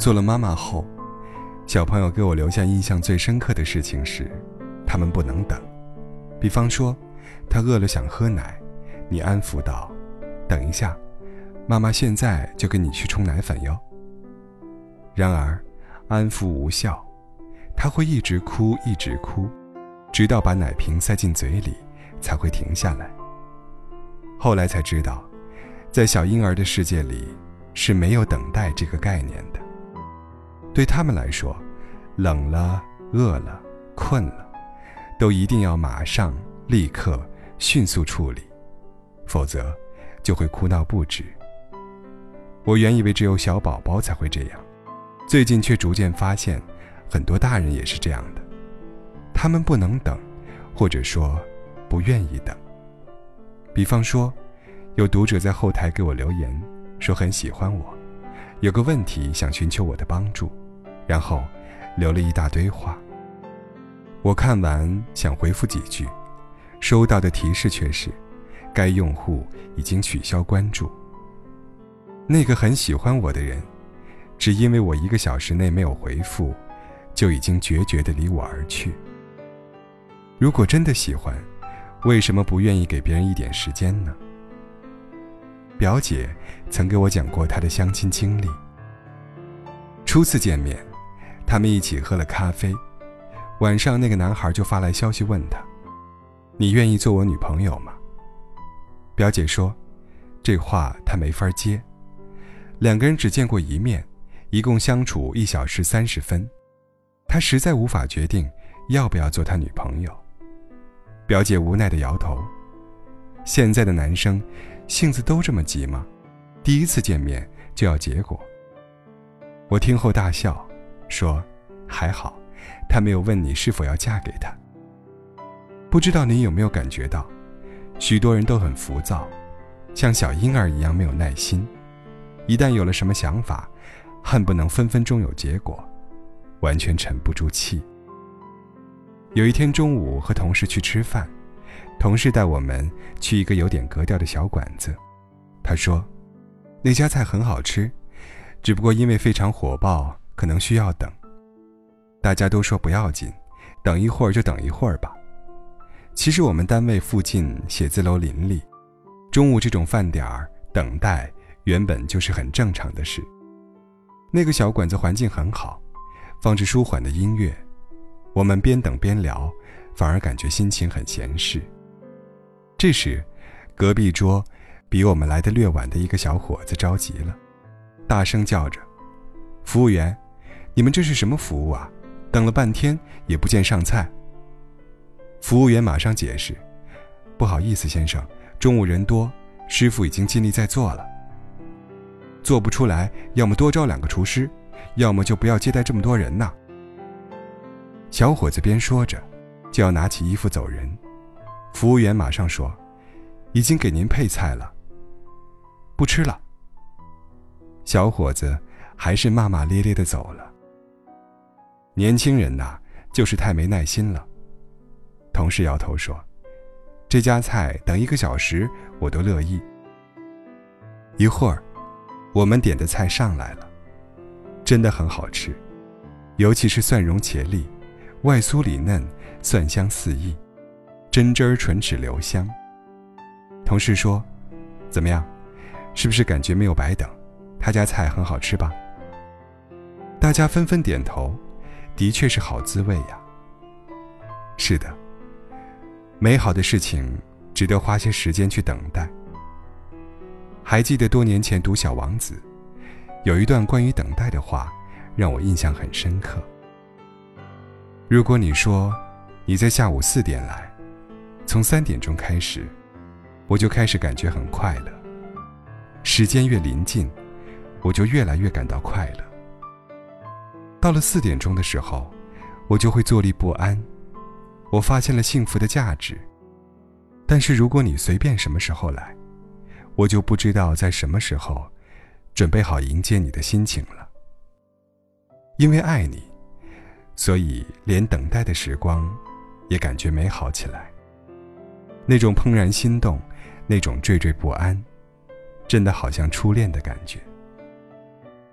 做了妈妈后，小朋友给我留下印象最深刻的事情是，他们不能等。比方说，他饿了想喝奶，你安抚道：“等一下，妈妈现在就给你去冲奶粉哟。”然而，安抚无效，他会一直哭，一直哭，直到把奶瓶塞进嘴里才会停下来。后来才知道，在小婴儿的世界里是没有等待这个概念的。对他们来说，冷了、饿了、困了，都一定要马上、立刻、迅速处理，否则就会哭闹不止。我原以为只有小宝宝才会这样，最近却逐渐发现，很多大人也是这样的。他们不能等，或者说不愿意等。比方说，有读者在后台给我留言，说很喜欢我，有个问题想寻求我的帮助，然后留了一大堆话。我看完想回复几句，收到的提示却是该用户已经取消关注。那个很喜欢我的人，只因为我1个小时内没有回复，就已经决绝地离我而去。如果真的喜欢，为什么不愿意给别人一点时间呢？表姐曾给我讲过她的相亲经历。初次见面，他们一起喝了咖啡，晚上那个男孩就发来消息问她：“你愿意做我女朋友吗？”表姐说，这话她没法接。2个人只见过一面，一共相处1小时30分，她实在无法决定要不要做他女朋友。表姐无奈地摇头，现在的男生性子都这么急吗？第一次见面就要结果？我听后大笑，说还好，他没有问你是否要嫁给他。不知道你有没有感觉到，许多人都很浮躁，像小婴儿一样没有耐心，一旦有了什么想法，恨不能分分钟有结果，完全沉不住气。有一天中午和同事去吃饭，同事带我们去一个有点格调的小馆子。他说，那家菜很好吃，只不过因为非常火爆，可能需要等。大家都说不要紧，等一会儿就等一会儿吧。其实我们单位附近写字楼林立，中午这种饭点儿等待原本就是很正常的事。那个小馆子环境很好，放着舒缓的音乐，我们边等边聊，反而感觉心情很闲适。这时，隔壁桌比我们来得略晚的一个小伙子着急了，大声叫着：“服务员，你们这是什么服务啊？等了半天也不见上菜。”服务员马上解释：“不好意思先生，中午人多，师傅已经尽力在做了。做不出来，要么多招2个厨师，要么就不要接待这么多人呐。”小伙子边说着，就要拿起衣服走人。服务员马上说：“已经给您配菜了，不吃了。”小伙子还是骂骂咧咧地走了。年轻人呐，就是太没耐心了。同事摇头说：“这家菜等1个小时我都乐意。”一会儿，我们点的菜上来了，真的很好吃，尤其是蒜蓉茄粒，外酥里嫩，蒜香四溢，真汁儿唇齿留香。同事说：“怎么样，是不是感觉没有白等？他家菜很好吃吧？”大家纷纷点头，的确是好滋味呀。是的，美好的事情值得花些时间去等待。还记得多年前读《小王子》，有一段关于等待的话，让我印象很深刻。如果你说你在下午4点来，从3点钟开始，我就开始感觉很快乐。时间越临近，我就越来越感到快乐。到了4点钟的时候，我就会坐立不安。我发现了幸福的价值。但是如果你随便什么时候来，我就不知道在什么时候准备好迎接你的心情了。因为爱你，所以连等待的时光也感觉美好起来。那种怦然心动，那种惴惴不安，真的好像初恋的感觉。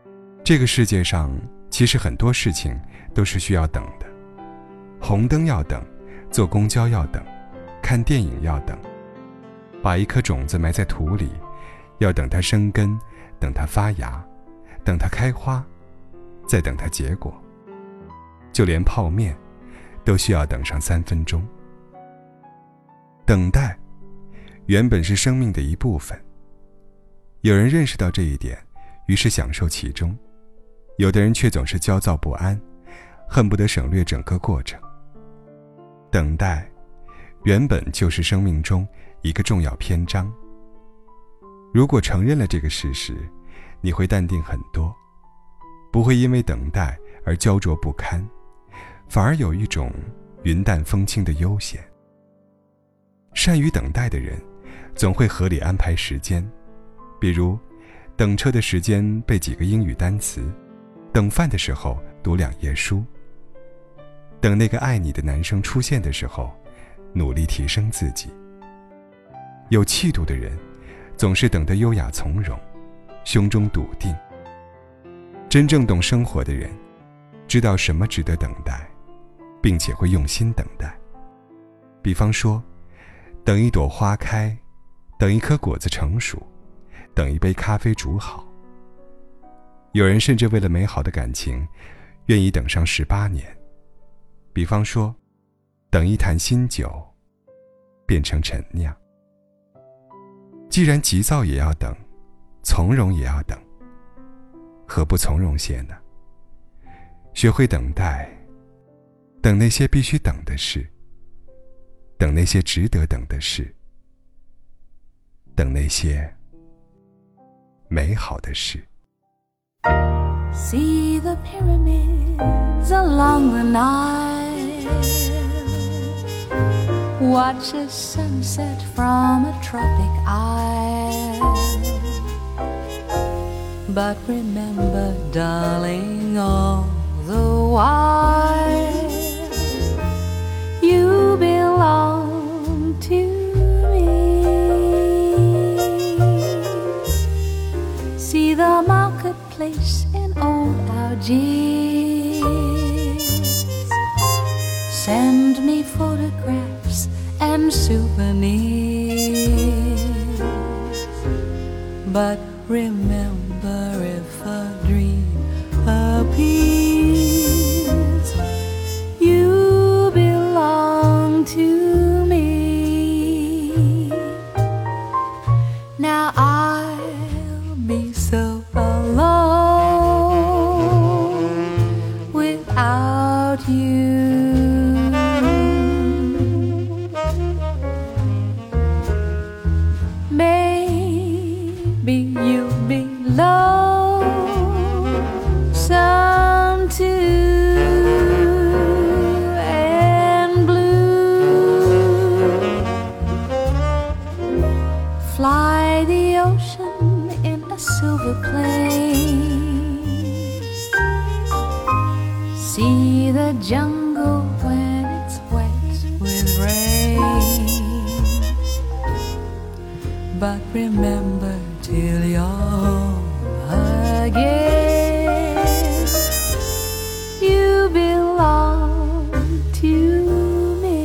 这个世界上其实很多事情都是需要等的，红灯要等，坐公交要等，看电影要等，把一颗种子埋在土里，要等它生根，等它发芽，等它开花，再等它结果。就连泡面都需要等上3分钟。等待原本是生命的一部分，有人认识到这一点，于是享受其中，有的人却总是焦躁不安，恨不得省略整个过程。等待原本就是生命中一个重要篇章，如果承认了这个事实，你会淡定很多，不会因为等待而焦灼不堪，反而有一种云淡风轻的悠闲。善于等待的人总会合理安排时间，比如等车的时间背几个英语单词，等饭的时候读2页书，等那个爱你的男生出现的时候努力提升自己。有气度的人总是等得优雅从容，胸中笃定。真正懂生活的人知道什么值得等待，并且会用心等待。比方说，等一朵花开，等一颗果子成熟，等一杯咖啡煮好。有人甚至为了美好的感情愿意等上18年。比方说，等一坛新酒变成陈酿。既然急躁也要等，从容也要等，何不从容些呢？学会等待，等那些必须等的事，等那些值得等的事，等那些美好的事。 See the pyramids along the Nile, watch a sunset from a tropic isle. But remember, darling, all the while you belong to me. See the marketplace in old Algiers, send me photographs and souvenirs. But remember, if a dream appears, you belong to me. Now I'll be so alone without you. Maybe you'll be lonesome too, and blue. Fly the ocean in a silver plane, see the jungle when it's wet with rain. But remember, till you're home again, you belong to me.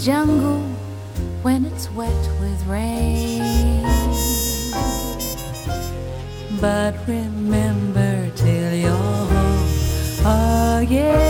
jungle when it's wet with rain. But remember till you're home again.